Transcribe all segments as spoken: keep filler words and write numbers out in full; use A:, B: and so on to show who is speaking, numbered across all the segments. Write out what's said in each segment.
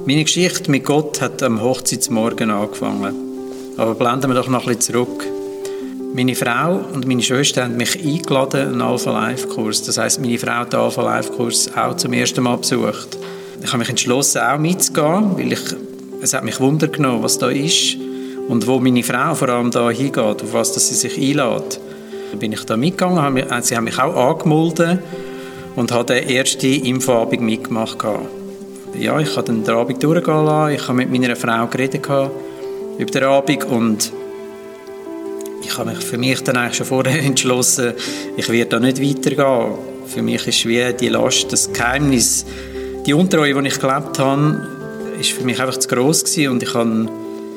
A: Meine Geschichte mit Gott hat am Hochzeitsmorgen angefangen. Aber blenden wir doch noch ein bisschen zurück. Meine Frau und meine Schwester haben mich eingeladen in einen Alpha-Life-Kurs. Das heisst, meine Frau hat den Alpha-Life-Kurs auch zum ersten Mal besucht. Ich habe mich entschlossen, auch mitzugehen, weil ich, es hat mich Wunder genommen, was da ist und wo meine Frau vor allem da hingeht, auf was dass sie sich einlädt. Dann bin ich da mitgegangen, sie haben mich auch angemeldet und habe den ersten Infoabend mitgemacht. Ja, ich habe dann den Abend durchgehen lassen, ich habe mit meiner Frau geredet über den Abend und ich habe mich für mich dann eigentlich schon vorher entschlossen, ich werde da nicht weitergehen. Für mich ist wie die Last, das Geheimnis, die Untreue, die ich gelebt habe, ist für mich einfach zu gross gewesen und ich habe,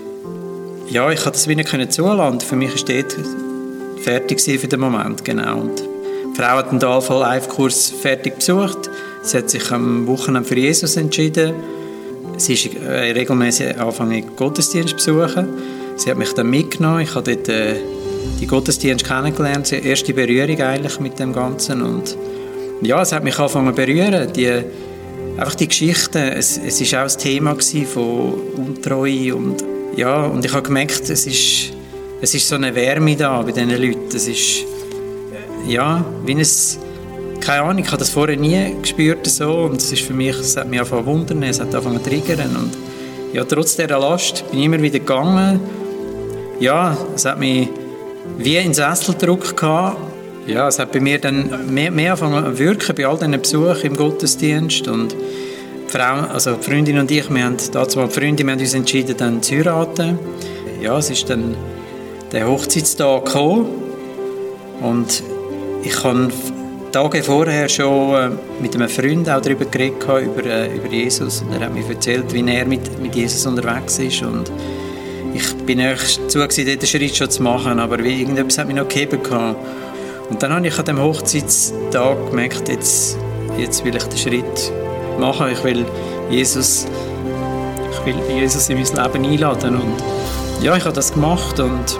A: ja, ich habe das wie nicht können zulassen. Für mich ist dort fertig für den Moment, genau. Und die Frau hat den Alpha-Life-Kurs fertig besucht. Sie hat sich am Wochenende für Jesus entschieden. Sie ist äh, regelmäßig angefangen, Gottesdienst zu besuchen. Sie hat mich dann mitgenommen. Ich habe dort äh, die Gottesdienst kennengelernt, die erste Berührung eigentlich mit dem Ganzen. Und ja, es hat mich angefangen zu berühren. Die, einfach die Geschichte, es, es ist auch ein Thema von Untreue. Und, ja, und ich habe gemerkt, es ist, es ist so eine Wärme da bei diesen Leuten. Es ist, äh, ja, wie ein, keine Ahnung, ich habe das vorher nie gespürt so. Und es ist für mich, es hat mich angefangen zu wundern, es hat angefangen zu triggern. Und ja, trotz dieser Last bin ich immer wieder gegangen. Ja, es hat mich wie in Sesseldruck gehabt. Ja, es hat bei mir dann mehr, mehr angefangen zu wirken bei all diesen Besuchen im Gottesdienst. Und die Frau, also die Freundin und ich, wir haben dazu mal die Freundin, wir haben uns entschieden, dann zu heiraten. Ja, es ist dann der Hochzeitstag gekommen. Und ich habe Tage vorher schon mit einem Freund auch darüber geredet, über, über Jesus. Und er hat mir erzählt, wie er mit, mit Jesus unterwegs ist. Und ich bin echt zu, diesen Schritt schon zu machen, aber wie irgendetwas hat mich noch gegeben. Und dann habe ich an diesem Hochzeitstag gemerkt, jetzt, jetzt will ich den Schritt machen. Ich will Jesus, ich will Jesus in mein Leben einladen. Und ja, ich habe das gemacht und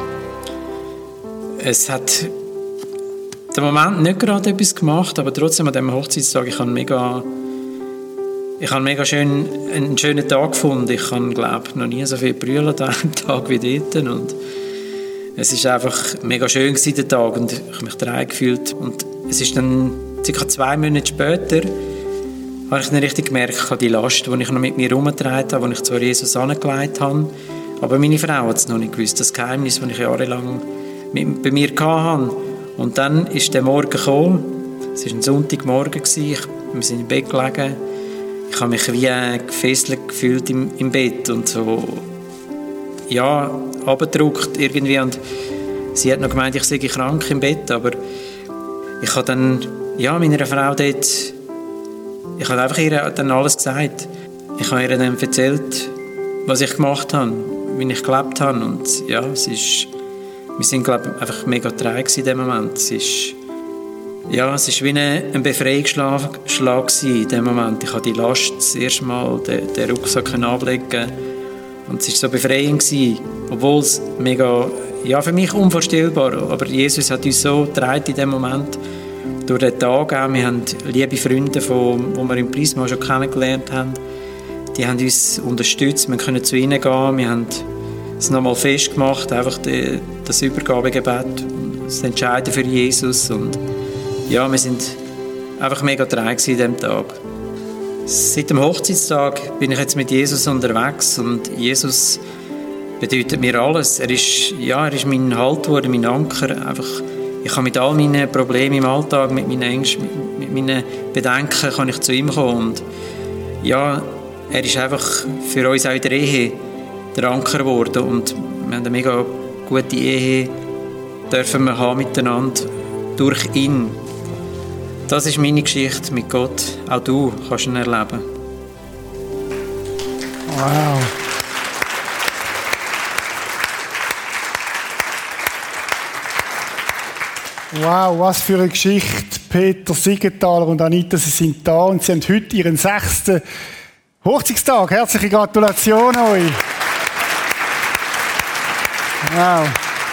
A: es hat im Moment nicht gerade etwas gemacht, aber trotzdem an diesem Hochzeitstag, ich habe mega, ich habe mega schön, einen schönen Tag gefunden. Ich habe, glaube ich, noch nie so viel brüllt an einem Tag wie dort. Und es war einfach mega schön gewesen, der Tag, und ich habe mich daheim gefühlt. Und es ist dann circa zwei Monate später, habe ich dann richtig gemerkt, ich habe die Last, die ich noch mit mir herumgetragen habe, die ich zwar Jesus angelegt habe, aber meine Frau hat es noch nicht gewusst, das Geheimnis, das ich jahrelang mit, bei mir hatte. Und dann ist der Morgen gekommen, es war ein Sonntagmorgen, ich, wir sind im Bett gelegen, ich habe mich wie gefesselt gefühlt im, im Bett und so, ja, abgedrückt irgendwie, und sie hat noch gemeint, ich sei krank im Bett, aber ich habe dann, ja, meiner Frau dort, ich habe einfach ihr dann alles gesagt. Ich habe ihr dann erzählt, was ich gemacht habe, wie ich gelebt habe, und ja, es ist, wir sind, glaube ich, einfach mega treu in dem Moment. Es ist, ja, es ist wie ein Befreiungsschlag in dem Moment. Ich habe die Last das erste Mal, den, den Rucksack ablegen, und es war so befreiend gewesen, obwohl es mega, ja, für mich unvorstellbar, aber Jesus hat uns so getragen in dem Moment, durch den Tag auch. Wir haben liebe Freunde, die wir im Prisma schon kennengelernt haben, die haben uns unterstützt, wir können zu ihnen gehen, wir haben es nochmal festgemacht, einfach die, das Übergabegebet, das Entscheiden für Jesus, und ja, wir sind einfach mega treu in diesem Tag. Seit dem Hochzeitstag bin ich jetzt mit Jesus unterwegs, und Jesus bedeutet mir alles. Er ist, ja, er ist mein Halt geworden, mein Anker. Einfach, ich kann mit all meinen Problemen im Alltag, mit meinen Ängsten, mit, mit meinen Bedenken, kann ich zu ihm kommen. Und ja, er ist einfach für uns auch in der Ehe der Anker geworden, und wir haben eine mega gute Ehe dürfen wir haben miteinander durch ihn. Das ist meine Geschichte mit Gott. Auch du kannst ihn erleben.
B: Wow. Wow, was für eine Geschichte. Peter Siegenthaler und Anita, sie sind da und sie haben heute ihren sechsten Hochzeitstag. Herzliche Gratulation euch. Wow.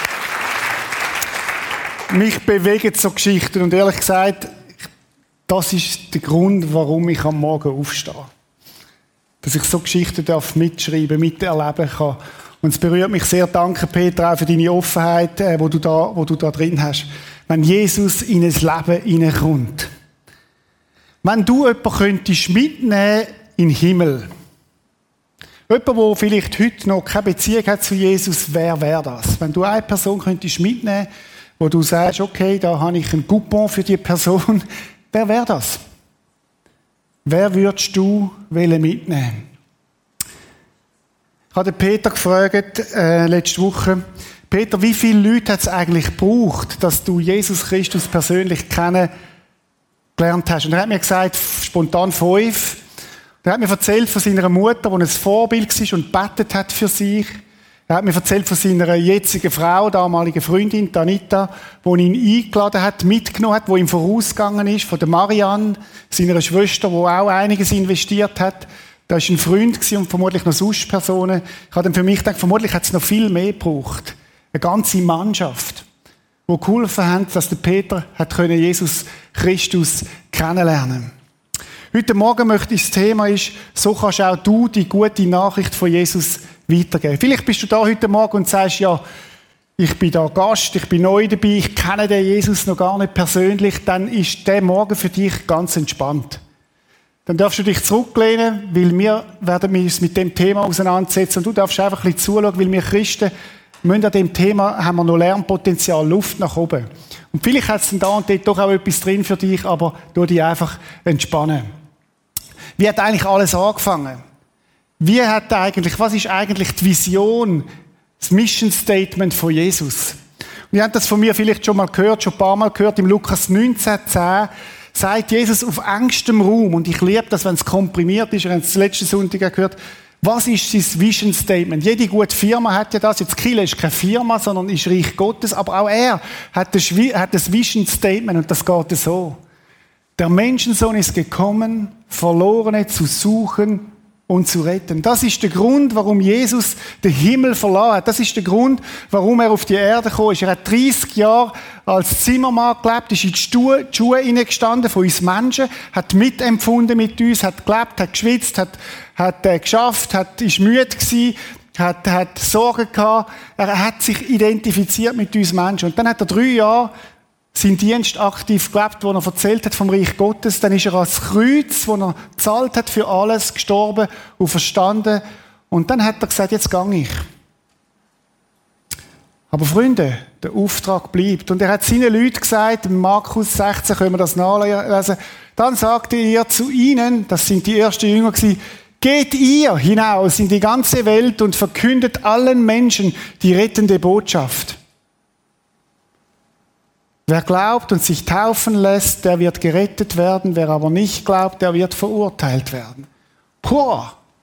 B: Mich bewegen so Geschichten, und ehrlich gesagt, das ist der Grund, warum ich am Morgen aufstehe. dass ich so Geschichten darf mitschreiben, miterleben kann. Und es berührt mich sehr. Danke, Peter, auch für deine Offenheit, äh, wo du da, wo du da drin hast. Wenn Jesus in ein Leben hineinkommt. Wenn du jemanden könntest mitnehmen in den Himmel. Jemand, der vielleicht heute noch keine Beziehung hat zu Jesus, wer wäre das? Wenn du eine Person könntest mitnehmen, wo du sagst, okay, da habe ich einen Coupon für die Person, wer wäre das? Wer würdest du mitnehmen? Ich habe Peter gefragt, äh, letzte Woche, Peter, wie viele Leute hat es eigentlich gebraucht, dass du Jesus Christus persönlich kennengelernt hast? Und er hat mir gesagt, spontan fünf. Er hat mir erzählt von seiner Mutter, die ein Vorbild war und gebetet hat für sich. Er hat mir erzählt von seiner jetzigen Frau, damaligen Freundin, Anita, die ihn eingeladen hat, mitgenommen hat, die ihm vorausgegangen ist, von der Marianne, seiner Schwester, die auch einiges investiert hat. Da war ein Freund und vermutlich noch sonst Personen. Ich habe dann für mich gedacht, vermutlich hat es noch viel mehr gebraucht. Eine ganze Mannschaft, die geholfen hat, dass der Peter hat können Jesus Christus kennenlernen. Heute Morgen möchte ich das Thema ist, so kannst auch du die gute Nachricht von Jesus weitergeben. Vielleicht bist du da heute Morgen und sagst, ja, ich bin da Gast, ich bin neu dabei, ich kenne den Jesus noch gar nicht persönlich, dann ist der Morgen für dich ganz entspannt. Dann darfst du dich zurücklehnen, weil wir werden uns mit dem Thema auseinandersetzen und du darfst einfach ein bisschen zuschauen, weil wir Christen müssen an dem Thema, haben wir noch Lernpotenzial, Luft nach oben. Und vielleicht hat es dann da und dort doch auch etwas drin für dich, aber tu dich einfach entspannen. Wie hat eigentlich alles angefangen? Wie hat eigentlich, was ist eigentlich die Vision, das Mission Statement von Jesus? Und ihr habt das von mir vielleicht schon mal gehört, schon ein paar Mal gehört, im Lukas neunzehn zehn sagt Jesus auf engstem Raum, und ich liebe das, wenn es komprimiert ist, ihr habt es letzten Sonntag gehört, was ist sein Vision Statement? Jede gute Firma hat ja das, jetzt Kille ist keine Firma, sondern ist Reich Gottes, aber auch er hat das, hat das Vision Statement und das geht so. Der Menschensohn ist gekommen, Verlorene zu suchen und zu retten. Das ist der Grund, warum Jesus den Himmel verlassen hat. Das ist der Grund, warum er auf die Erde gekommen ist. Er hat dreißig Jahre als Zimmermann gelebt, ist in die Schuhe, die Schuhe hineingestanden von uns Menschen, hat mitempfunden mit uns, hat gelebt, hat geschwitzt, hat, hat äh, geschafft, hat, ist müde gewesen, hat, hat Sorgen gehabt. Er hat sich identifiziert mit uns Menschen. Und dann hat er drei Jahre sein Dienst aktiv gelebt, wo er erzählt hat vom Reich Gottes. Dann ist er als Kreuz, wo er gezahlt hat für alles, gestorben und verstanden. Und dann hat er gesagt, jetzt gehe ich. Aber Freunde, der Auftrag bleibt. Und er hat seinen Leuten gesagt, in Markus sechzehn können wir das nachlesen, dann sagte er zu ihnen, das sind die ersten Jünger gewesen, geht ihr hinaus in die ganze Welt und verkündet allen Menschen die rettende Botschaft. Wer glaubt und sich taufen lässt, der wird gerettet werden. Wer aber nicht glaubt, der wird verurteilt werden. Puh.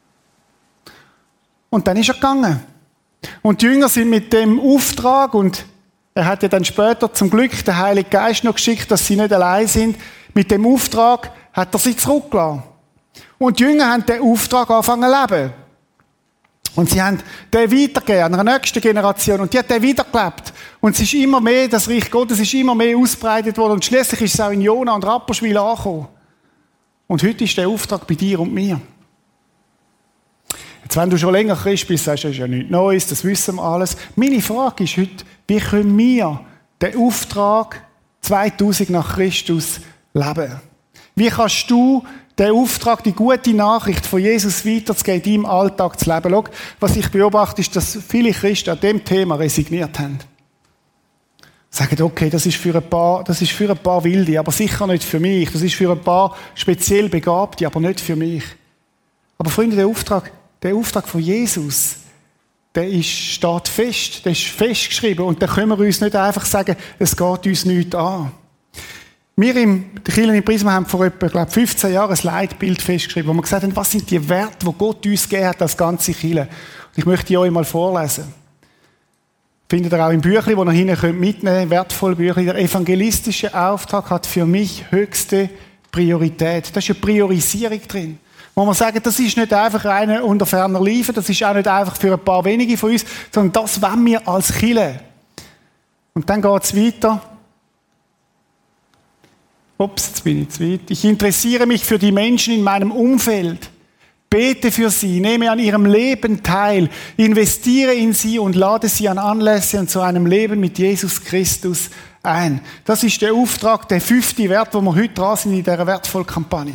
B: Und dann ist er gegangen. Und die Jünger sind mit dem Auftrag, und er hat ja dann später zum Glück den Heiligen Geist noch geschickt, dass sie nicht allein sind. Mit dem Auftrag hat er sie zurückgelassen. Und die Jünger haben den Auftrag angefangen zu leben. Und sie haben den weitergegeben an einer nächsten Generation. Und die hat den weitergelebt. Und es ist immer mehr, das Reich Gottes ist immer mehr ausbreitet worden. Und schließlich ist es auch in Jona und Rapperswil angekommen. Und heute ist der Auftrag bei dir und mir. Jetzt, wenn du schon länger Christ bist, sagst du, das ist ja nichts Neues, das wissen wir alles. Meine Frage ist heute, wie können wir den Auftrag zweitausend nach Christus leben? Wie kannst du den Auftrag, die gute Nachricht von Jesus weiterzugeben, in deinem Alltag zu leben? Schau, was ich beobachte, ist, dass viele Christen an dem Thema resigniert haben. Sagen, okay, das ist für ein paar, das ist für ein paar Wilde, aber sicher nicht für mich. Das ist für ein paar speziell Begabte, aber nicht für mich. Aber Freunde, der Auftrag, der Auftrag von Jesus, der ist, steht fest, der ist festgeschrieben. Und da können wir uns nicht einfach sagen, es geht uns nichts an. Wir im Kirche in Prisma haben vor etwa, glaube fünfzehn Jahren ein Leitbild festgeschrieben, wo wir gesagt haben, was sind die Werte, die Gott uns gegeben hat, als ganze Kirche. Und ich möchte die euch mal vorlesen. Findet ihr auch im Büchlein, das ihr hinten mitnehmen könnt, wertvolle Büchlein. Der evangelistische Auftrag hat für mich höchste Priorität. Da ist eine Priorisierung drin. Wo wir sagen, das ist nicht einfach einer unter ferner Liefen, das ist auch nicht einfach für ein paar wenige von uns, sondern das wollen wir als Kirche. Und dann geht es weiter. Ups, jetzt bin ich zu weit. Ich interessiere mich für die Menschen in meinem Umfeld. Bete für sie, nehme an ihrem Leben teil, investiere in sie und lade sie an Anlässe und zu einem Leben mit Jesus Christus ein. Das ist der Auftrag, der fünfte Wert, wo wir heute dran sind in dieser Wertvoll-Kampagne.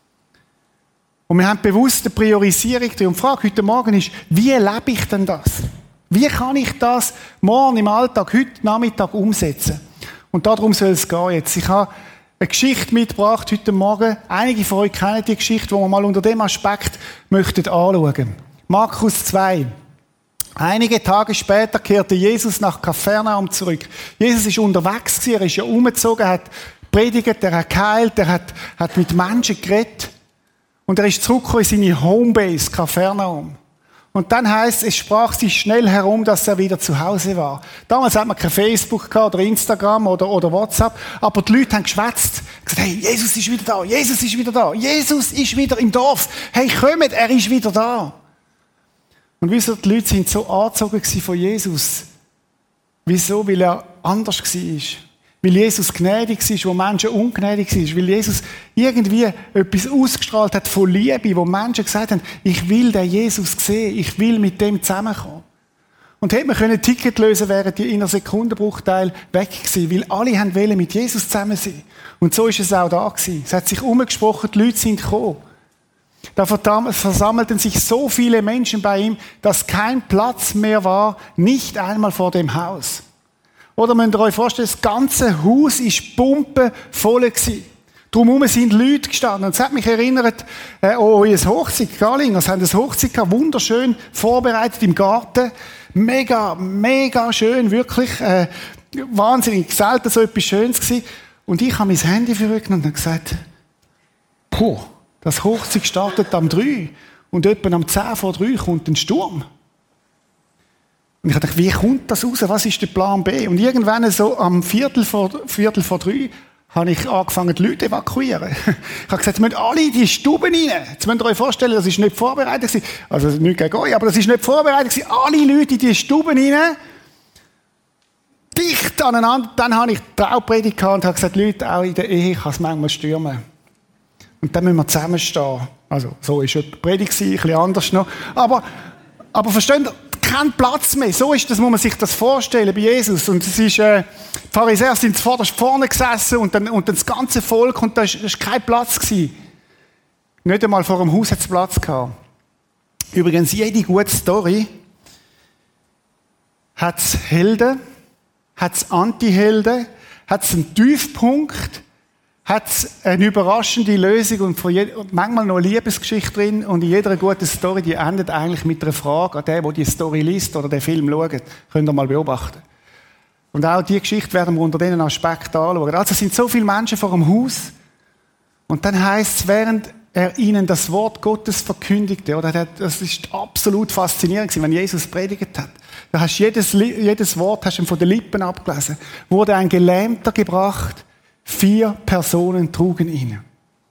B: Und wir haben bewusst eine Priorisierung. Die Frage heute Morgen ist, wie lebe ich denn das? Wie kann ich das morgen im Alltag, heute Nachmittag umsetzen? Und darum soll es gehen jetzt. Ich habe eine Geschichte mitgebracht heute Morgen. Einige von euch kennen die Geschichte, die wir mal unter dem Aspekt möchten anschauen. Markus zwei. Einige Tage später kehrte Jesus nach Kapernaum zurück. Jesus ist unterwegs gewesen, er ist ja umgezogen, er hat predigt, er hat geheilt, er hat, hat mit Menschen geredet. Und er ist zurückgekommen in seine Homebase, Kapernaum. Und dann heisst, es sprach sich schnell herum, dass er wieder zu Hause war. Damals hat man kein Facebook gehabt, oder Instagram oder, oder WhatsApp, aber die Leute haben geschwätzt, gesagt, hey, Jesus ist wieder da, Jesus ist wieder da, Jesus ist wieder im Dorf, hey, kommt, er ist wieder da. Und wieso die Leute sind so angezogen von Jesus? Wieso? Weil er anders war. Weil Jesus gnädig war, wo Menschen ungnädig waren. Weil Jesus irgendwie etwas ausgestrahlt hat von Liebe, wo Menschen gesagt haben, ich will den Jesus sehen, ich will mit dem zusammenkommen. Und hätte man können Ticket lösen, wären die in einer Sekundenbruchteil weg gewesen, weil alle haben wollen mit Jesus zusammen sein. Und so ist es auch da gewesen. Es hat sich umgesprochen, die Leute sind gekommen. Da versammelten sich so viele Menschen bei ihm, dass kein Platz mehr war, nicht einmal vor dem Haus. Oder müsst ihr euch vorstellen, das ganze Haus war pumpenvoll gewesen. Drumherum sind Leute gestanden. Und es hat mich erinnert, äh, an euer Hochzeit. Garlingers haben das Hochzeit gehabt, wunderschön vorbereitet im Garten. Mega, mega schön, wirklich. Äh, wahnsinnig selten so etwas Schönes gewesen. Und ich habe mein Handy verrückt und habe gesagt, puh, das Hochzeit startet am drei und etwa am zehn vor drei kommt ein Sturm. Und ich dachte, wie kommt das raus? Was ist der Plan B? Und irgendwann so am Viertel vor, Viertel vor drei habe ich angefangen, die Leute zu evakuieren. Ich habe gesagt, jetzt müssen alle in die Stuben rein. Jetzt müsst ihr euch vorstellen, das ist nicht vorbereitet gewesen. Also nicht gegen euch, aber das ist nicht vorbereitet gewesen. Alle Leute in die Stuben rein. Dicht aneinander. Dann habe ich Traupredigt gehabt und habe gesagt, Leute, auch in der Ehe kann es manchmal stürmen. Und dann müssen wir zusammenstehen. Also, so war die Predigt, ein bisschen anders noch. Aber, aber versteht ihr, kein Platz mehr. So ist das, muss man sich das vorstellen bei Jesus. Und es ist, äh, die Pharisäer sind zuvorderst vorne gesessen und dann, und dann das ganze Volk und da ist, ist kein Platz gewesen. Nicht einmal vor dem Haus hat es Platz gehabt. Übrigens, jede gute Story hat Helden, hat Anti-Helden, hat einen Tiefpunkt, hat eine überraschende Lösung und manchmal noch eine Liebesgeschichte drin. Und in jeder guten Story, die endet eigentlich mit einer Frage an den, der die Story liest oder den Film schaut. Könnt ihr mal beobachten. Und auch diese Geschichte werden wir unter diesen Aspekten anschauen. Also es sind so viele Menschen vor dem Haus. Und dann heisst es, während er ihnen das Wort Gottes verkündigte, oder das ist absolut faszinierend gewesen, wenn Jesus predigt hat. Da hast du jedes, jedes Wort hast du von den Lippen abgelesen. Wurde ein Gelähmter gebracht. Vier Personen trugen ihn.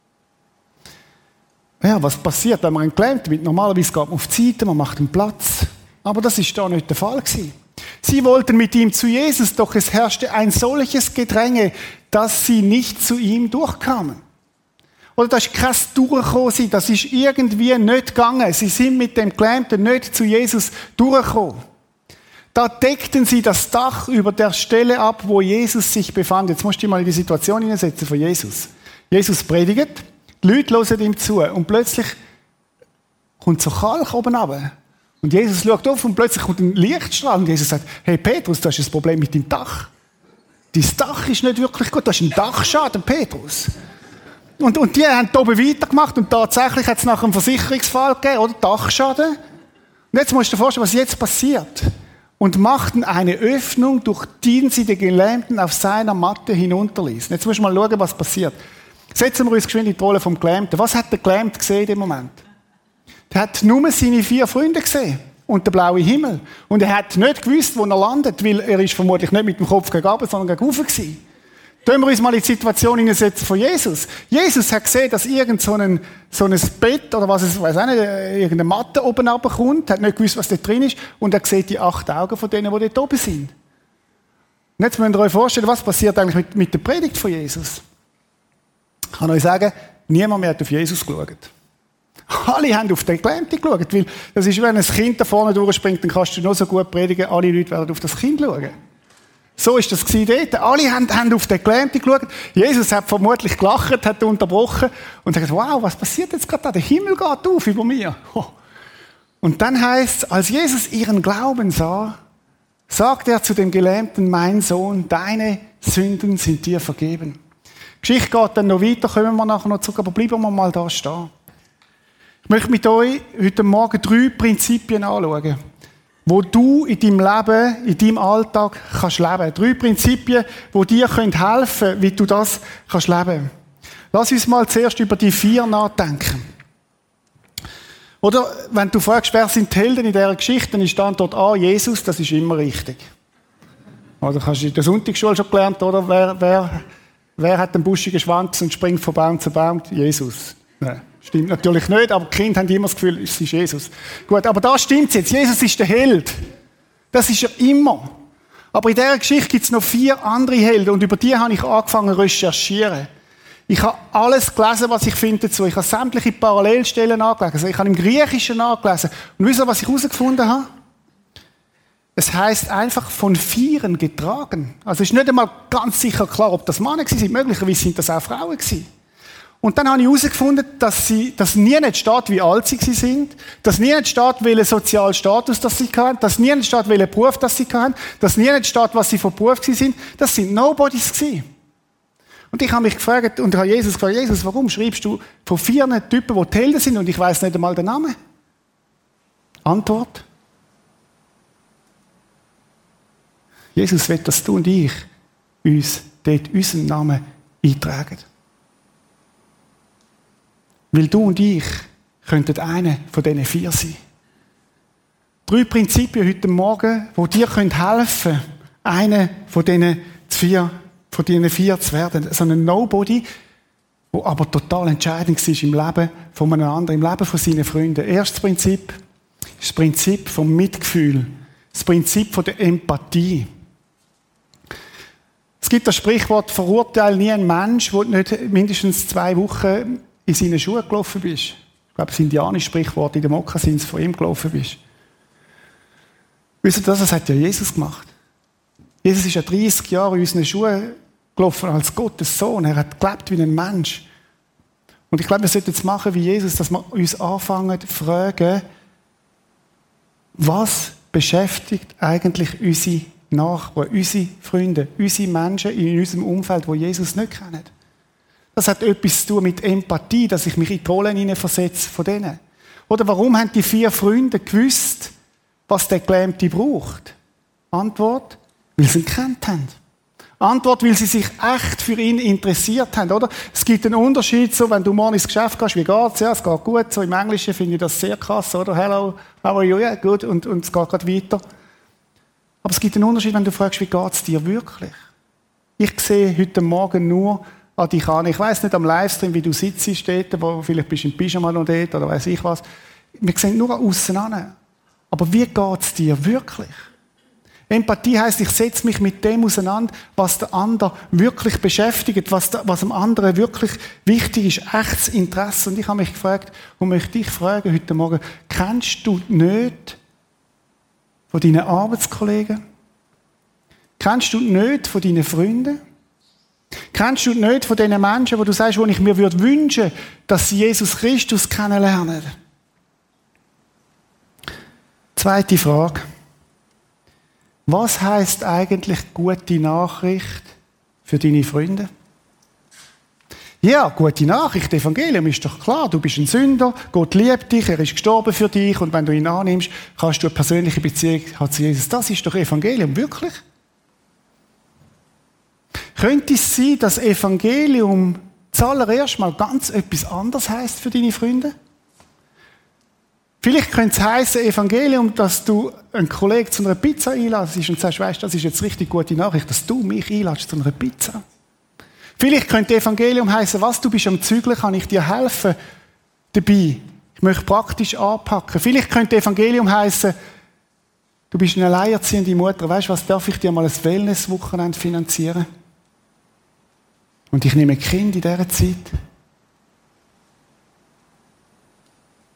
B: Ja, was passiert, wenn man einen Gelähmten mit? Normalerweise geht man auf die Seite, man macht einen Platz. Aber das ist da nicht der Fall gewesen. Sie wollten mit ihm zu Jesus, doch es herrschte ein solches Gedränge, dass sie nicht zu ihm durchkamen. Oder das ist kein Durchkommen, das ist irgendwie nicht gegangen. Sie sind mit dem Gelähmten nicht zu Jesus durchgekommen. Da deckten sie das Dach über der Stelle ab, wo Jesus sich befand. Jetzt musst du dich mal in die Situation hineinsetzen von Jesus. Jesus predigt, die Leute hören ihm zu und plötzlich kommt so Kalk oben runter. Und Jesus schaut auf und plötzlich kommt ein Lichtstrahl und Jesus sagt, hey Petrus, du hast ein Problem mit deinem Dach. Dein Dach ist nicht wirklich gut, du hast einen Dachschaden, Petrus. Und, und die haben da oben weitergemacht und tatsächlich hat es nach einem Versicherungsfall gegeben, oder? Dachschaden. Und jetzt musst du dir vorstellen, was jetzt passiert. Und machten eine Öffnung, durch die sie den Gelähmten auf seiner Matte hinunterließen. Jetzt musst du mal schauen, was passiert. Setzen wir uns geschwind in die Rolle vom Gelähmten. Was hat der Gelähmte gesehen in dem Moment? Er hat nur seine vier Freunde gesehen. Und den blauen Himmel. Und er hat nicht gewusst, wo er landet, weil er ist vermutlich nicht mit dem Kopf gegen runter, sondern gegen rauf gewesen. Tun wir uns mal in die Situation hineinsetzen von Jesus. Jesus hat gesehen, dass irgend so ein, so ein Bett oder was es, weiß auch nicht, irgendeine Matte oben runterkommt, hat nicht gewusst, was da drin ist, und er sieht die acht Augen von denen, die dort oben sind. Und jetzt müsst ihr euch vorstellen, was passiert eigentlich mit, mit der Predigt von Jesus? Ich kann euch sagen, niemand mehr hat auf Jesus geschaut. Alle haben auf den Gelähmten geschaut, weil das ist, wenn ein Kind da vorne durchspringt, dann kannst du noch so gut predigen, alle Leute werden auf das Kind schauen. So ist das dort. Alle haben, haben auf den Gelähmten geschaut. Jesus hat vermutlich gelacht, hat unterbrochen und sagt, wow, was passiert jetzt gerade da? Der Himmel geht auf über mir. Und dann heißt es, als Jesus ihren Glauben sah, sagt er zu dem Gelähmten, mein Sohn, deine Sünden sind dir vergeben. Die Geschichte geht dann noch weiter, kommen wir nachher noch zurück, aber bleiben wir mal da stehen. Ich möchte mit euch heute Morgen drei Prinzipien anschauen, wo du in deinem Leben, in deinem Alltag kannst leben. Drei Prinzipien, die dir helfen können, wie du das kannst leben. Lass uns mal zuerst über die vier nachdenken. Oder, wenn du fragst, wer sind die Helden in dieser Geschichte, dann ist die Antwort A, Jesus, das ist immer richtig. Oder hast du in der Sonntagsschule schon gelernt, oder? Wer, wer, wer hat einen buschigen Schwanz und springt von Baum zu Baum? Jesus. Nein, stimmt natürlich nicht, aber die Kinder haben immer das Gefühl, es ist Jesus. Gut, aber da stimmt's jetzt. Jesus ist der Held. Das ist er immer. Aber in dieser Geschichte gibt es noch vier andere Helden und über die habe ich angefangen zu recherchieren. Ich habe alles gelesen, was ich finde dazu. Ich habe sämtliche Parallelstellen angelesen. Also ich habe im Griechischen nachgelesen. Und wisst ihr, was ich herausgefunden habe? Es heisst einfach von Vieren getragen. Also es ist nicht einmal ganz sicher klar, ob das Männer waren. Möglicherweise sind das auch Frauen gewesen. Und dann habe ich herausgefunden, dass sie, dass nie nicht steht, wie alt sie sind, dass nie nicht steht, welchen sozialen Status das sie hatten, dass nie nicht steht, welchen Beruf das sie hatten, dass nie nicht steht, was sie von Beruf sind. Das sind Nobodies gewesen. Und ich habe mich gefragt und habe Jesus gefragt, Jesus, warum schreibst du von vier Typen, die die Helden sind und ich weiss nicht einmal den Namen? Antwort: Jesus will, dass du und ich uns dort unseren Namen eintragen. Weil du und ich könnten einer von diesen vier sein. Drei Prinzipien heute Morgen, die dir helfen können, einer von diesen vier, von diesen vier zu werden. So ein Nobody, der aber total entscheidend war im Leben von einem anderen, im Leben von seinen Freunden. Erstes Prinzip ist das Prinzip vom Mitgefühl. Das Prinzip von der Empathie. Es gibt das Sprichwort, verurteile nie einen Menschen, der nicht mindestens zwei Wochen in seinen Schuhen gelaufen bist. Ich glaube, das indianische Sprichwort, in den Mokassins von ihm gelaufen bist. Wisst ihr das? Das hat ja Jesus gemacht. Jesus ist ja dreißig Jahre in unseren Schuhen gelaufen als Gottes Sohn. Er hat gelebt wie ein Mensch. Und ich glaube, wir sollten jetzt machen wie Jesus, dass wir uns anfangen zu fragen, was beschäftigt eigentlich unsere Nachbarn, unsere Freunde, unsere Menschen in unserem Umfeld, die Jesus nicht kennen. Das hat etwas zu tun mit Empathie, dass ich mich in die Rollen hineinversetze von denen. Oder warum haben die vier Freunde gewusst, was der Gelähmte braucht? Antwort: weil sie ihn gekannt haben. Antwort: weil sie sich echt für ihn interessiert haben, oder? Es gibt einen Unterschied, so, wenn du morgen ins Geschäft gehst, wie geht's? Ja, es geht gut. So im Englischen finde ich das sehr krass, oder? Hello, how are you? Ja, yeah, gut. Und, und es geht gerade weiter. Aber es gibt einen Unterschied, wenn du fragst, wie geht's dir wirklich? Ich sehe heute Morgen nur an dich an. Ich weiss nicht am Livestream, wie du sitzt dort, wo vielleicht bist du im Pyjama noch dort, oder weiss ich was. Wir sehen nur an aussen an. Aber wie geht's dir wirklich? Empathie heisst, ich setze mich mit dem auseinander, was der andere wirklich beschäftigt, was, der, was dem anderen wirklich wichtig ist, echtes Interesse. Und ich habe mich gefragt und möchte dich fragen heute Morgen, kennst du nicht von deinen Arbeitskollegen? Kennst du nicht von deinen Freunden? Kennst du nicht von diesen Menschen, wo du sagst, wo ich mir würde wünschen, dass sie Jesus Christus kennenlernen? Zweite Frage. Was heisst eigentlich gute Nachricht für deine Freunde? Ja, gute Nachricht, Evangelium ist doch klar. Du bist ein Sünder, Gott liebt dich, er ist gestorben für dich und wenn du ihn annimmst, kannst du eine persönliche Beziehung haben zu Jesus. Das ist doch Evangelium, wirklich? Könnte es sein, dass Evangelium zuallererst mal ganz etwas anderes heisst für deine Freunde? Vielleicht könnte es heissen, Evangelium, dass du einen Kollegen zu einer Pizza einlässt und sagst, weißt, das ist jetzt richtig gute Nachricht, dass du mich einlässt zu einer Pizza. Vielleicht könnte Evangelium heissen, was, du bist am Zügeln, kann ich dir helfen dabei. Ich möchte praktisch anpacken. Vielleicht könnte Evangelium heissen, du bist eine alleinerziehende Mutter, weißt du was, darf ich dir mal ein Wellness-Wochenende finanzieren? Und ich nehme ein Kind in dieser Zeit.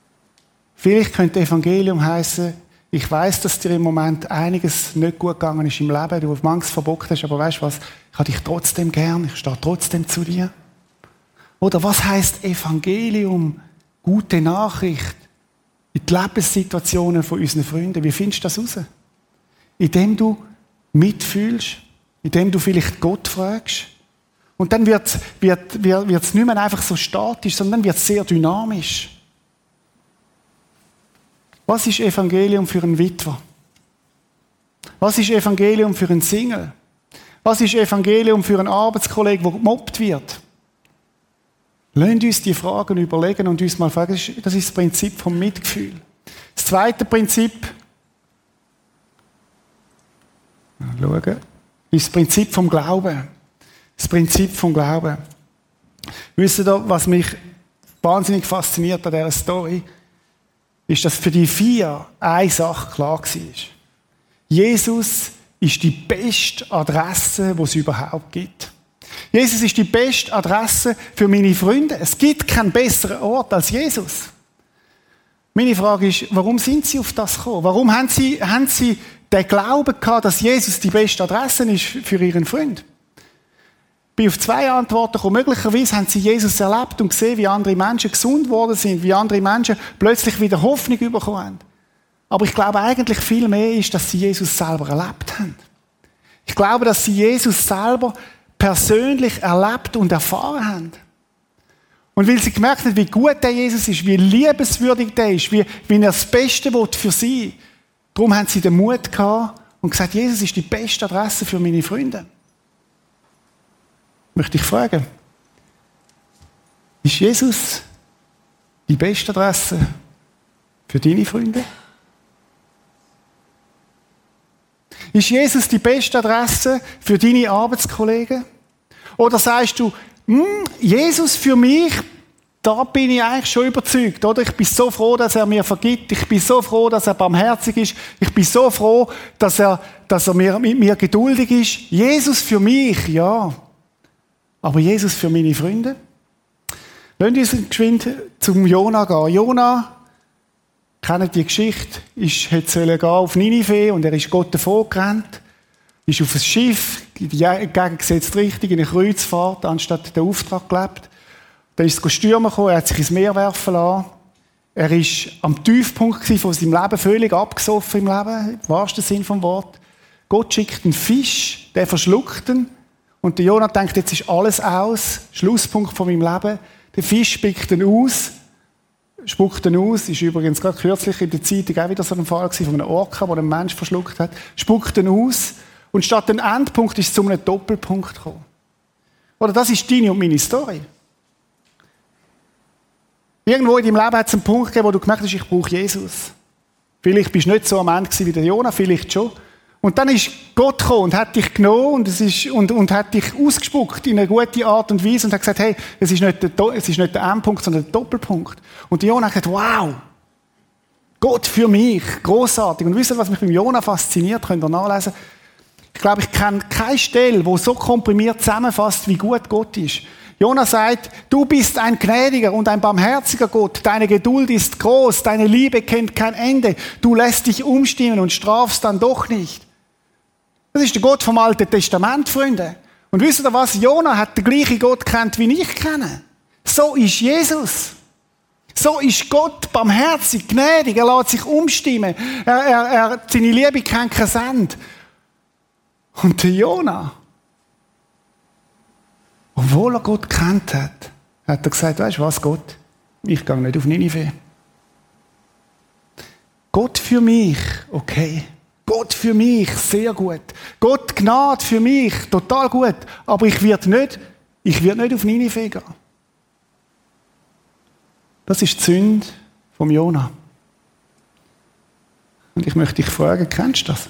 B: Vielleicht könnte Evangelium heißen, ich weiss, dass dir im Moment einiges nicht gut gegangen ist im Leben, du auf manches verbockt hast, aber weißt du was, ich habe dich trotzdem gern, ich stehe trotzdem zu dir. Oder was heisst Evangelium, gute Nachricht, in die Lebenssituationen von unseren Freunden? Wie findest du das raus? Indem du mitfühlst, indem du vielleicht Gott fragst. Und dann wird es wird, wird, wird's nicht mehr einfach so statisch, sondern wird es sehr dynamisch. Was ist Evangelium für einen Witwer? Was ist Evangelium für einen Single? Was ist Evangelium für einen Arbeitskollegen, der gemobbt wird? Lasst uns die Fragen überlegen und uns mal fragen, das ist das Prinzip vom Mitgefühl. Das zweite Prinzip, schauen, ist das Prinzip vom Glauben. Das Prinzip vom Glauben. Wisst ihr, was mich wahnsinnig fasziniert an dieser Story, ist, dass für die vier eine Sache klar war. Jesus ist die beste Adresse, die es überhaupt gibt. Jesus ist die beste Adresse für meine Freunde. Es gibt keinen besseren Ort als Jesus. Meine Frage ist, warum sind sie auf das gekommen? Warum haben sie, haben sie den Glauben gehabt, dass Jesus die beste Adresse ist für ihren Freund? Ich bin auf zwei Antworten gekommen. Möglicherweise haben sie Jesus erlebt und gesehen, wie andere Menschen gesund worden sind, wie andere Menschen plötzlich wieder Hoffnung bekommen haben. Aber ich glaube eigentlich viel mehr ist, dass sie Jesus selber erlebt haben. Ich glaube, dass sie Jesus selber persönlich erlebt und erfahren haben. Und weil sie gemerkt haben, wie gut der Jesus ist, wie liebenswürdig der ist, wie, wie er das Beste will für sie, darum haben sie den Mut gehabt und gesagt, Jesus ist die beste Adresse für meine Freunde. Möchte ich fragen, ist Jesus die beste Adresse für deine Freunde? Ist Jesus die beste Adresse für deine Arbeitskollegen? Oder sagst du, Jesus für mich, da bin ich eigentlich schon überzeugt, oder? Ich bin so froh, dass er mir vergibt. Ich bin so froh, dass er barmherzig ist. Ich bin so froh, dass er, dass er mir, mit mir geduldig ist. Jesus für mich, ja. Aber Jesus für meine Freunde? Lassen wir uns geschwind zum Jona gehen. Jona, kennt die Geschichte, ist, hätte sollen gehen auf Ninive und er ist Gott davon gerannt, ist auf ein Schiff, in die entgegengesetzte Richtung, in eine Kreuzfahrt, anstatt den Auftrag gelebt. Dann ist es stürmen gekommen, er hat sich ins Meer werfen lassen. Er war am Tiefpunkt von seinem Leben, völlig abgesoffen im Leben, im wahrsten Sinn vom Wort. Gott schickt einen Fisch, der verschluckt ihn. Und der Jona denkt, jetzt ist alles aus, Schlusspunkt von meinem Leben. Der Fisch spickt ihn aus, spuckt ihn aus, ist übrigens gerade kürzlich in der Zeitung auch wieder so ein Fall gewesen, von einem Orca, der einen Mensch verschluckt hat, spuckt ihn aus und statt einem Endpunkt ist es zu einem Doppelpunkt gekommen. Oder das ist deine und meine Story. Irgendwo in deinem Leben hat es einen Punkt gegeben, wo du gemerkt hast, ich brauche Jesus. Vielleicht bist du nicht so am Ende gewesen wie der Jona, vielleicht schon. Und dann ist Gott gekommen und hat dich genommen und, es ist, und, und hat dich ausgespuckt in eine gute Art und Weise und hat gesagt, hey, es ist nicht der, es ist nicht der Endpunkt, sondern der Doppelpunkt. Und die Jona hat gesagt, wow, Gott für mich, grossartig. Und wisst ihr, was mich beim Jona fasziniert, könnt ihr nachlesen? Ich glaube, ich kenne keine Stelle, wo so komprimiert zusammenfasst, wie gut Gott ist. Jona sagt, du bist ein gnädiger und ein barmherziger Gott. Deine Geduld ist groß, deine Liebe kennt kein Ende. Du lässt dich umstimmen und strafst dann doch nicht. Das ist der Gott vom Alten Testament, Freunde. Und wisst ihr was? Jona hat den gleichen Gott kennt, wie ich kenne. So ist Jesus. So ist Gott barmherzig, gnädig. Er lässt sich umstimmen. Er, er, er, seine Liebe kennt kein Ende. Und der Jona, obwohl er Gott kennt hat, hat er gesagt, weißt du was, Gott? Ich gehe nicht auf Ninive. Gott für mich, okay. Gott für mich, sehr gut. Gott Gnade für mich, total gut. Aber ich werde nicht, ich werde nicht auf Ninive gehen. Das ist die Sünde vom Jona. Und ich möchte dich fragen, kennst du das?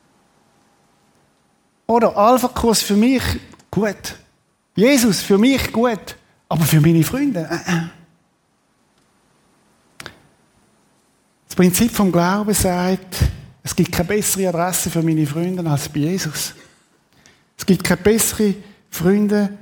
B: Oder Alpha-Kurs für mich, gut. Jesus für mich, gut. Aber für meine Freunde, äh, äh. Das Prinzip vom Glauben sagt, es gibt keine bessere Adresse für meine Freunde als bei Jesus. Es gibt keine bessere Freunde,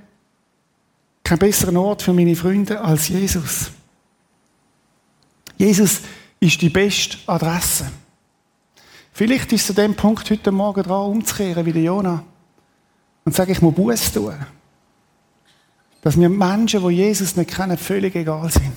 B: keinen besseren Ort für meine Freunde als Jesus. Jesus ist die beste Adresse. Vielleicht ist es an dem Punkt heute Morgen dran, umzukehren wie der Jona und zu sagen, ich muss Buße tun. Dass mir Menschen, die Jesus nicht kennen, völlig egal sind.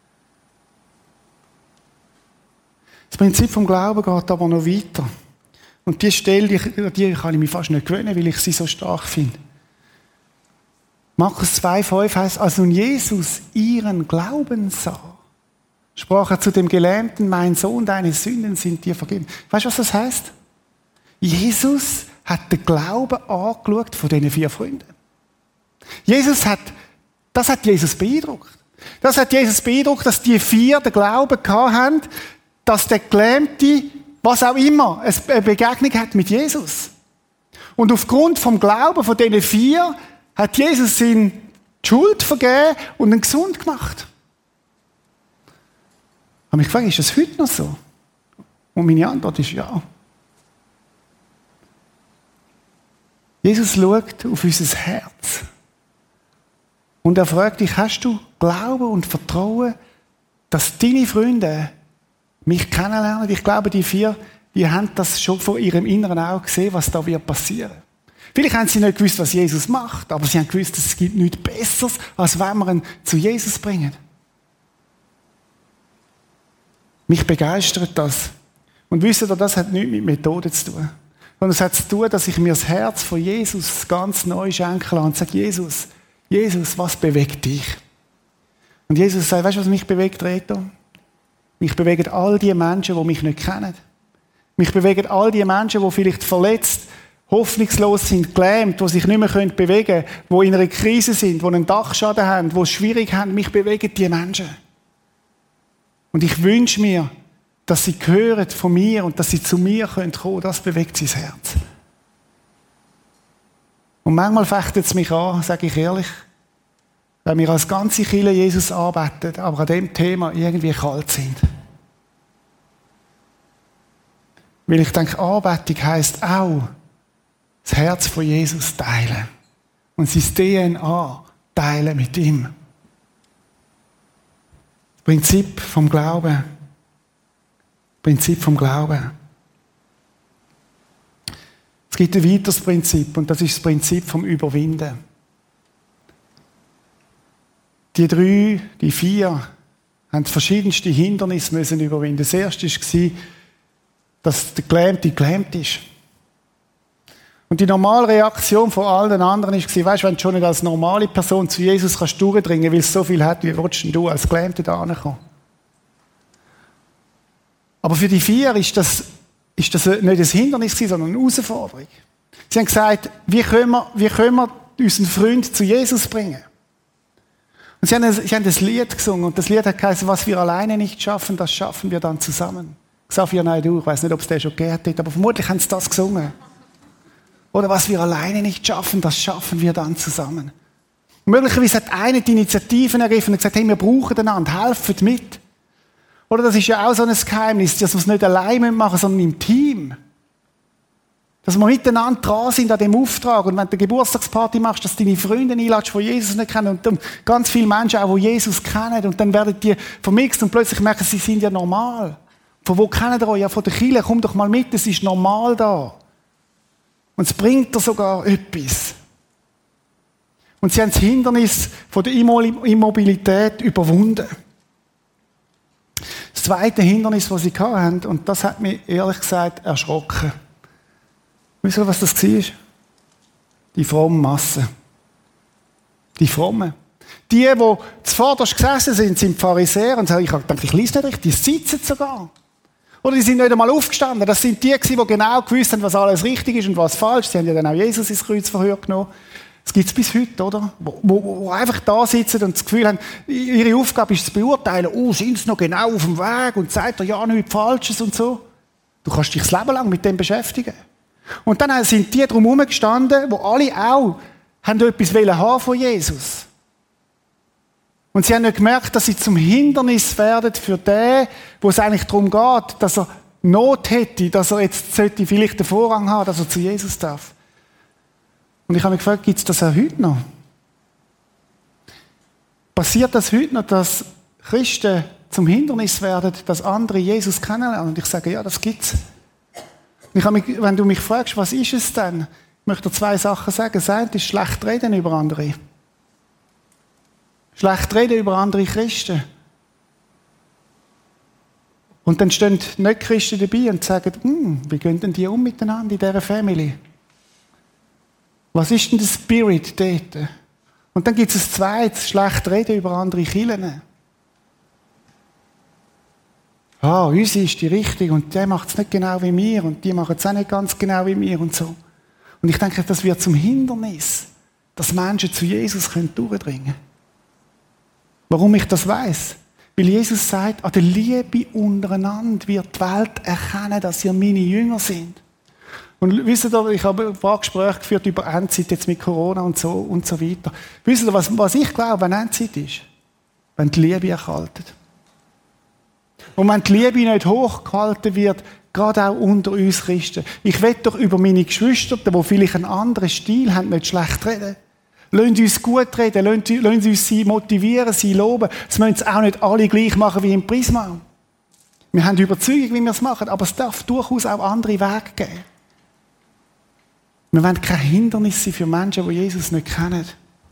B: Das Prinzip vom Glauben geht aber noch weiter. Und die Stelle, die, die kann ich mich fast nicht gewöhnen, weil ich sie so stark finde. Markus zwei Fünf heißt, als nun Jesus ihren Glauben sah, sprach er zu dem Gelähmten, mein Sohn, deine Sünden sind dir vergeben. Weißt du, was das heißt? Jesus hat den Glauben angeschaut von diesen vier Freunden. Jesus hat, das hat Jesus beeindruckt. Das hat Jesus beeindruckt, dass die vier den Glauben gehabt haben, dass der Gelähmte, was auch immer, eine Begegnung hat mit Jesus. Und aufgrund vom Glauben von diesen vier hat Jesus ihm die Schuld vergeben und ihn gesund gemacht. Ich habe mich gefragt, ist das heute noch so? Und meine Antwort ist ja. Jesus schaut auf unser Herz. Und er fragt dich, hast du Glauben und Vertrauen, dass deine Freunde mich kennenlernen? Ich glaube, die vier, die haben das schon vor ihrem inneren Auge gesehen, was da wird passieren. Vielleicht haben sie nicht gewusst, was Jesus macht, aber sie haben gewusst, es gibt nichts Besseres, als wenn wir ihn zu Jesus bringen. Mich begeistert das. Und wisst ihr, das hat nichts mit Methoden zu tun. Sondern es hat zu tun, dass ich mir das Herz von Jesus ganz neu schenken lasse und sage, Jesus, Jesus, was bewegt dich? Und Jesus sagt, weißt du, was mich bewegt, Reto? Mich bewegen all die Menschen, die mich nicht kennen. Mich bewegen all die Menschen, die vielleicht verletzt, hoffnungslos sind, gelähmt, die sich nicht mehr bewegen können, die in einer Krise sind, die einen Dachschaden haben, die es schwierig haben. Mich bewegen die Menschen. Und ich wünsche mir, dass sie hören von mir und dass sie zu mir kommen können. Das bewegt sein Herz. Und manchmal fechtet es mich an, sage ich ehrlich, wenn wir als ganze Kirche Jesus arbeiten, aber an dem Thema irgendwie kalt sind. Weil ich denke, Anbetung heisst auch, das Herz von Jesus teilen. Und sein D N A teilen mit ihm. Das Prinzip vom Glauben. Prinzip vom Glauben. Es gibt ein weiteres Prinzip und das ist das Prinzip vom Überwinden. Die drei, die vier, haben verschiedenste Hindernisse müssen überwinden. Das erste war, dass der Gelähmte gelähmt ist. Und die normale Reaktion von allen anderen war, weißt, wenn du schon nicht als normale Person zu Jesus kannst durchdringen, weil es so viel hat, wie willst du als Gelähmter da hinkommen? Aber für die vier ist das, ist das nicht ein Hindernis, sondern eine Herausforderung. Sie haben gesagt, wie können wir, wie können wir unseren Freund zu Jesus bringen? Und sie haben, sie haben das Lied gesungen und das Lied hat geheißen, was wir alleine nicht schaffen, das schaffen wir dann zusammen. Xavier Naidoo, ich weiß nicht, ob es den schon gehört hat, aber vermutlich haben sie das gesungen. Oder was wir alleine nicht schaffen, das schaffen wir dann zusammen. Und möglicherweise hat einer die Initiativen ergriffen und gesagt, hey, wir brauchen einander, helfen mit. Oder das ist ja auch so ein Geheimnis, dass wir es nicht alleine machen, sondern im Team. Dass wir miteinander dran sind an dem Auftrag. Und wenn du eine Geburtstagsparty machst, dass du deine Freunde einladest, die Jesus nicht kennen. Und ganz viele Menschen auch, die Jesus kennen. Und dann werden die vermixt und plötzlich merken, sie sind ja normal. Von wo kennen ihr euch? Ja, von der Kirche. Komm doch mal mit, es ist normal da. Und es bringt dir sogar etwas. Und sie haben das Hindernis von der Immobilität überwunden. Das zweite Hindernis, das sie hatten, und das hat mich ehrlich gesagt erschrocken. Wisst ihr, was das war? Die fromme Masse. Die Frommen. Die, die zuvorderst gesessen sind, sind Pharisäer und sagen, ich habe gedacht, ich lese nicht richtig, die sitzen sogar. Oder die sind nicht einmal aufgestanden. Das sind die, die genau gewusst haben, was alles richtig ist und was falsch. Sie haben ja dann auch Jesus ins Kreuzverhör genommen. Das gibt es bis heute, oder? Wo, wo, wo einfach da sitzen und das Gefühl haben, ihre Aufgabe ist zu beurteilen, oh, sind sie noch genau auf dem Weg und sagt er ja nichts Falsches und so. Du kannst dich das Leben lang mit dem beschäftigen. Und dann sind die drum herum gestanden, wo alle auch haben etwas haben von Jesus. Und sie haben nicht gemerkt, dass sie zum Hindernis werden für den, wo es eigentlich darum geht, dass er Not hätte, dass er jetzt sollte vielleicht den Vorrang haben, dass er zu Jesus darf. Und ich habe mich gefragt, gibt es das auch heute noch? Passiert das heute noch, dass Christen zum Hindernis werden, dass andere Jesus kennenlernen. Und ich sage, ja, das gibt's. Ich habe mich, wenn du mich fragst, was ist es denn? Ich möchte dir zwei Sachen sagen. Das eine ist schlecht reden über andere. Schlecht reden über andere Christen. Und dann stehen nicht Christen dabei und sagen, hm, wie gehen denn die um miteinander in dieser Family? Was ist denn der Spirit dort? Und dann gibt es ein zweites, schlecht reden über andere Kirchen. Ah, unsere ist die richtige und der macht es nicht genau wie wir und die machen es auch nicht ganz genau wie wir und so. Und ich denke, das wird zum Hindernis, dass Menschen zu Jesus durchdringen können. Warum ich das weiss? Weil Jesus sagt, an der Liebe untereinander wird die Welt erkennen, dass ihr meine Jünger sind. Und wisst ihr, ich habe ein paar Gespräche geführt über Endzeit, jetzt mit Corona und so und so weiter. Wisst ihr, was, was ich glaube, wenn Endzeit ist? Wenn die Liebe erkaltet. Und wenn die Liebe nicht hochgehalten wird, gerade auch unter uns Christen. Ich will doch über meine Geschwister, die vielleicht einen anderen Stil haben, nicht schlecht reden. Lasst uns gut reden, lasst uns sie motivieren, sie loben. Es müssen es auch nicht alle gleich machen wie im Prisma. Wir haben die Überzeugung, wie wir es machen, aber es darf durchaus auch andere Wege geben. Wir wollen kein Hindernis sein für Menschen, die Jesus nicht kennen.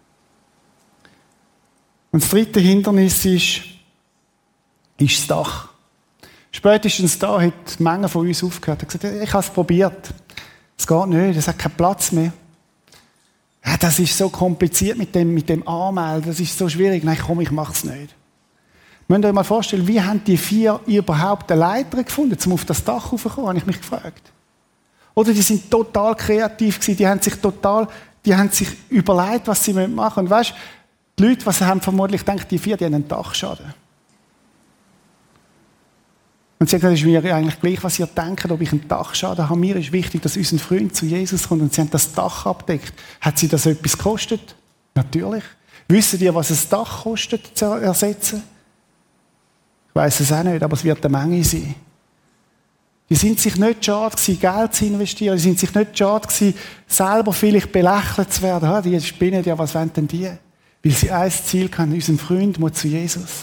B: Und das dritte Hindernis ist, ist das Dach. Spätestens da hat die Menge von uns aufgehört und gesagt, ich habe es probiert. Es geht nicht, es hat keinen Platz mehr. Ja, das ist so kompliziert mit dem, mit dem Anmelden, das ist so schwierig. Nein, komm, ich mache es nicht. Müsst ihr euch mal vorstellen, wie haben die vier überhaupt eine Leiter gefunden, um auf das Dach raufzukommen, habe ich mich gefragt. Oder die sind total kreativ gewesen, die haben sich total, die haben sich überlegt, was sie machen müssen. Und weißt, die Leute, was sie haben vermutlich gedacht, die vier, die haben einen Dachschaden. Und sie haben gesagt, es ist mir eigentlich gleich, was ihr denkt, ob ich einen Dachschaden habe. Mir ist wichtig, dass unser Freund zu Jesus kommt und sie haben das Dach abdeckt. Hat sie das etwas gekostet? Natürlich. Wissen ihr, was ein Dach kostet, zu ersetzen? Ich weiss es auch nicht, aber es wird eine Menge sein. Die sind sich nicht schade gewesen, Geld zu investieren. Die sind sich nicht schade gewesen, selber vielleicht belächelt zu werden. Ha, die spinnen ja, was wollen denn die? Weil sie ein Ziel haben, unserem Freund muss zu Jesus.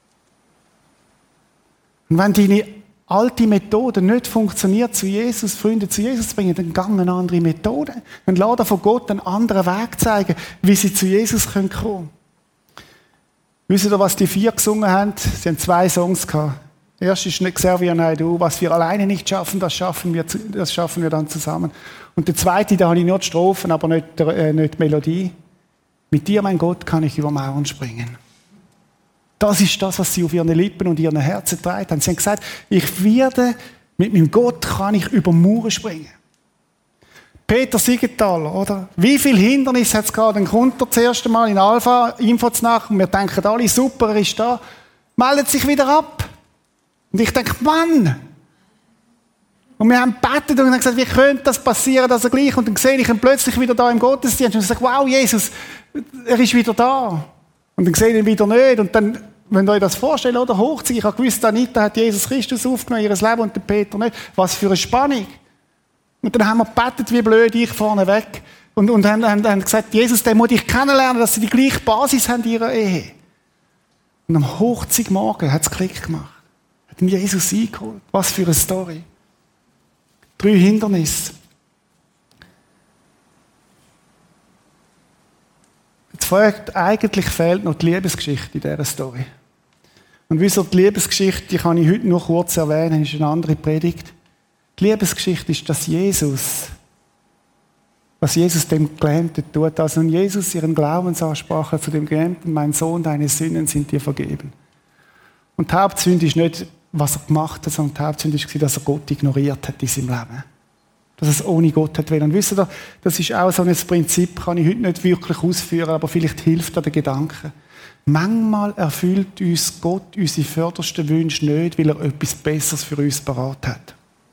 B: Und wenn deine alte Methode nicht funktioniert, zu Jesus, Freunde zu Jesus zu bringen, dann gang eine andere Methode. Dann lass dir von Gott einen anderen Weg zeigen, wie sie zu Jesus kommen können. Wisst ihr, was die vier gesungen haben? Sie haben zwei Songs gehabt. Der erste ist nicht Xavier Naidoo, was wir alleine nicht schaffen, das schaffen wir, das schaffen wir dann zusammen. Und der zweite, da habe ich nur die Strophen, aber nicht, äh, nicht die Melodie. Mit dir, mein Gott, kann ich über Mauern springen. Das ist das, was sie auf ihren Lippen und ihren Herzen getragen haben. Sie haben gesagt, ich werde, mit meinem Gott kann ich über Mauern springen. Peter Siegenthaler, oder? Wie viel Hindernis hat es gehabt? Dann kommt er das erste Mal in Alpha, Info nach, und wir denken alle, super, er ist da. Meldet sich wieder ab. Und ich denke, Mann! Und wir haben gebetet und haben gesagt, wie könnte das passieren, dass er gleich, und dann sehe ich ihn plötzlich wieder da im Gottesdienst und ich sage, wow, Jesus, er ist wieder da. Und dann sehe ich ihn wieder nicht. Und dann, wenn ihr euch das vorstellt, oder? Hochzeit, ich habe gewusst, Anita hat Jesus Christus aufgenommen, ihr Leben, und der Peter nicht. Was für eine Spannung. Und dann haben wir gebetet, wie blöd, ich vorne weg. Und, und haben, haben, haben gesagt, Jesus, den muss ich kennenlernen, dass sie die gleiche Basis haben in ihrer Ehe. Und am Hochzeitmorgen hat es Klick gemacht. Hat ihn Jesus eingeholt. Was für eine Story. Drei Hindernisse. Jetzt fragt, eigentlich fehlt noch die Liebesgeschichte in dieser Story. Und wieso die Liebesgeschichte, die kann ich heute nur kurz erwähnen, ist eine andere Predigt. Die Liebesgeschichte ist, dass Jesus, was Jesus dem Gelähmten tut, als nun Jesus ihren Glaubensansprache zu dem Gelähmten, mein Sohn, deine Sünden sind dir vergeben. Und die Hauptsünde ist nicht, was er gemacht hat, sondern die Hauptsünde war, dass er Gott ignoriert hat in seinem Leben. Dass er es ohne Gott hat wollen. Und wisst ihr, das ist auch so ein Prinzip, kann ich heute nicht wirklich ausführen, aber vielleicht hilft da der Gedanke. Manchmal erfüllt uns Gott unsere fördersten Wünsche nicht, weil er etwas Besseres für uns parat hat.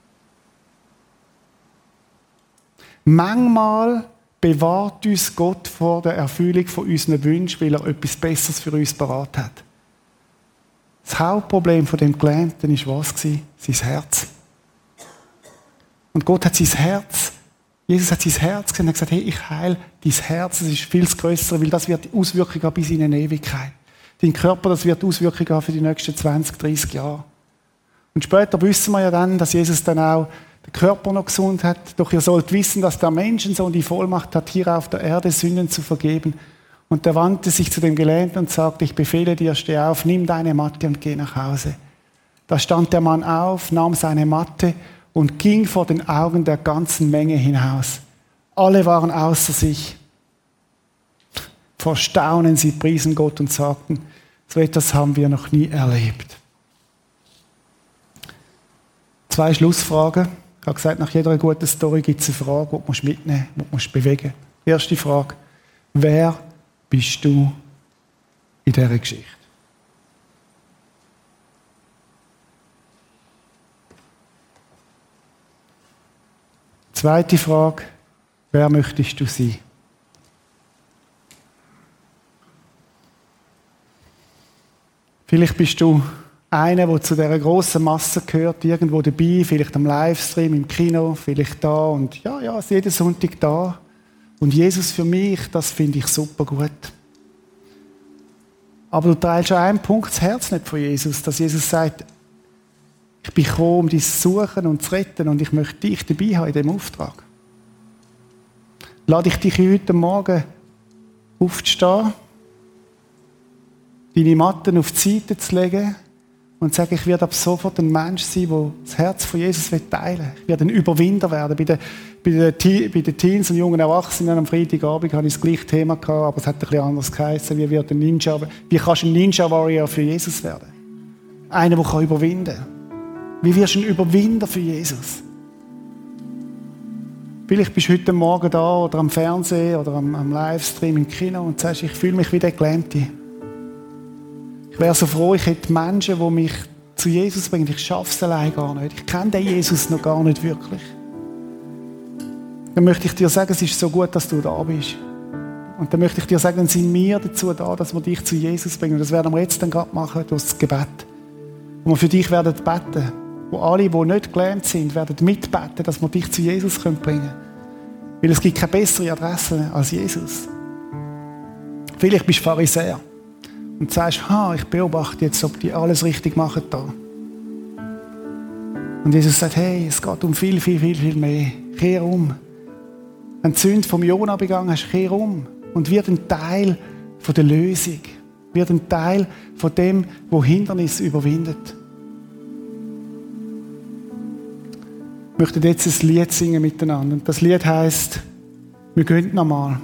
B: Manchmal bewahrt uns Gott vor der Erfüllung von unseren Wünschen, weil er etwas Besseres für uns parat hat. Das Hauptproblem von dem Gelähmten war was? Sein Herz. Und Gott hat sein Herz, Jesus hat sein Herz gesehen und hat gesagt, hey, ich heile dein Herz, das ist viel grösser, weil das wird die Auswirkung haben bis in eine Ewigkeit. Dein Körper, das wird Auswirkungen haben für die nächsten zwanzig, dreissig Jahre. Und später wissen wir ja dann, dass Jesus dann auch den Körper noch gesund hat. Doch ihr sollt wissen, dass der Menschensohn die Vollmacht hat, hier auf der Erde Sünden zu vergeben. Und er wandte sich zu dem Gelähmten und sagte, ich befehle dir, steh auf, nimm deine Matte und geh nach Hause. Da stand der Mann auf, nahm seine Matte und ging vor den Augen der ganzen Menge hinaus. Alle waren außer sich. Vor Staunen, sie priesen Gott und sagten, so etwas haben wir noch nie erlebt. Zwei Schlussfragen. Ich habe gesagt, nach jeder guten Story gibt es eine Frage, die du mitnehmen musst, die du bewegen musst. Erste Frage. Wer bist du in dieser Geschichte? Zweite Frage. Wer möchtest du sein? Vielleicht bist du einer, der zu dieser grossen Masse gehört, irgendwo dabei, vielleicht am Livestream, im Kino, vielleicht da und ja, ja, ist jeden Sonntag da. Und Jesus für mich, das finde ich super gut. Aber du teilst schon einen Punkt das Herz nicht von Jesus, dass Jesus sagt, ich bin gekommen, um dich zu suchen und zu retten und ich möchte dich dabei haben in diesem Auftrag. Lade ich dich heute Morgen aufzustehen, deine Matten auf die Seite zu legen und zu sagen, ich werde ab sofort ein Mensch sein, der das Herz von Jesus teilen will. Ich werde ein Überwinder werden. Bei den, bei den, bei den Teens und jungen Erwachsenen am Freitagabend hatte ich das gleiche Thema gehabt, aber es hat ein bisschen anders geheißen. Wie, wird ein Ninja, wie kannst du ein Ninja-Warrior für Jesus werden? Einer, der überwinden kann. Wie wirst du ein Überwinder für Jesus? Vielleicht bist du heute Morgen da oder am Fernsehen oder am, am Livestream im Kino und sagst, ich fühle mich wie der Gelähmte. Ich wäre so froh, ich hätte Menschen, die mich zu Jesus bringen. Ich schaffe es allein gar nicht. Ich kenne den Jesus noch gar nicht wirklich. Dann möchte ich dir sagen, es ist so gut, dass du da bist. Und dann möchte ich dir sagen, dann sind wir dazu da, dass wir dich zu Jesus bringen. Und das werden wir jetzt dann gerade machen, durch das Gebet. Wo wir für dich werden beten. Wo alle, die nicht gelähmt sind, werden mitbeten, dass wir dich zu Jesus bringen können. Weil es gibt keine bessere Adresse als Jesus. Vielleicht bist du Pharisäer. Und sagst, ha, ich beobachte jetzt, ob die alles richtig machen da. Und Jesus sagt, hey, es geht um viel, viel, viel, viel mehr. Kehr um. Wenn du die Sünde vom Jona begangen hast, kehr um. Und wird ein Teil von der Lösung. Wird ein Teil von dem, wo Hindernis überwindet. Ich möchte jetzt ein Lied singen miteinander. Und das Lied heisst, wir gehen nochmal.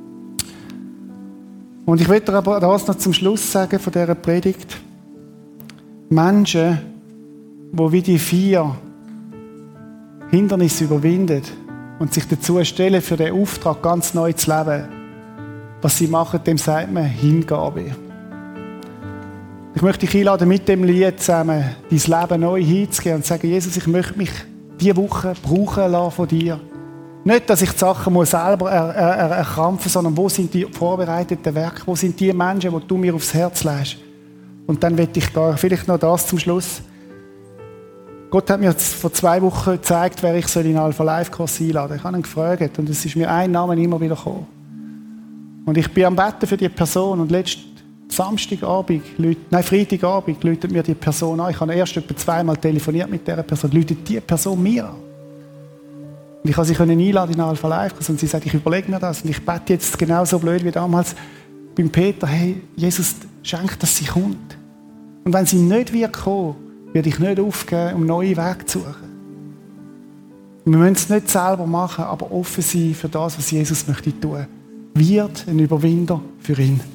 B: Und ich möchte aber das noch zum Schluss sagen von dieser Predigt. Menschen, die wie die vier Hindernisse überwinden und sich dazu stellen, für den Auftrag ganz neu zu leben, was sie machen, dem sagt man Hingabe. Ich möchte dich einladen, mit dem Lied zusammen dein Leben neu hinzugehen und zu sagen, Jesus, ich möchte mich diese Woche brauchen lassen von dir. Nicht, dass ich die Sachen muss selber er, er, er, erkrampfen muss, sondern wo sind die vorbereiteten Werke, wo sind die Menschen, die du mir aufs Herz legst. Und dann will ich gar, vielleicht noch das zum Schluss. Gott hat mir vor zwei Wochen gezeigt, wer ich soll in den Alpha-Life-Kurs einladen soll. Ich habe ihn gefragt und es ist mir ein Name immer wieder gekommen. Und ich bin am Betten für die Person und letzten Samstagabend, nein, Freitagabend läutet mir die Person an. Ich habe erst etwa zweimal telefoniert mit dieser Person. Läutet die Person mir an. Und ich konnte sie einladen in den Alpha-Life-Kurs und sie sagt, ich überlege mir das und ich bete jetzt genauso blöd wie damals beim Peter, hey, Jesus, schenk, dass sie kommt. Und wenn sie nicht wird kommen, werde ich nicht aufgeben, um neue Wege zu suchen. Wir müssen es nicht selber machen, aber offen sein für das, was Jesus möchte tun. Wird ein Überwinder für ihn.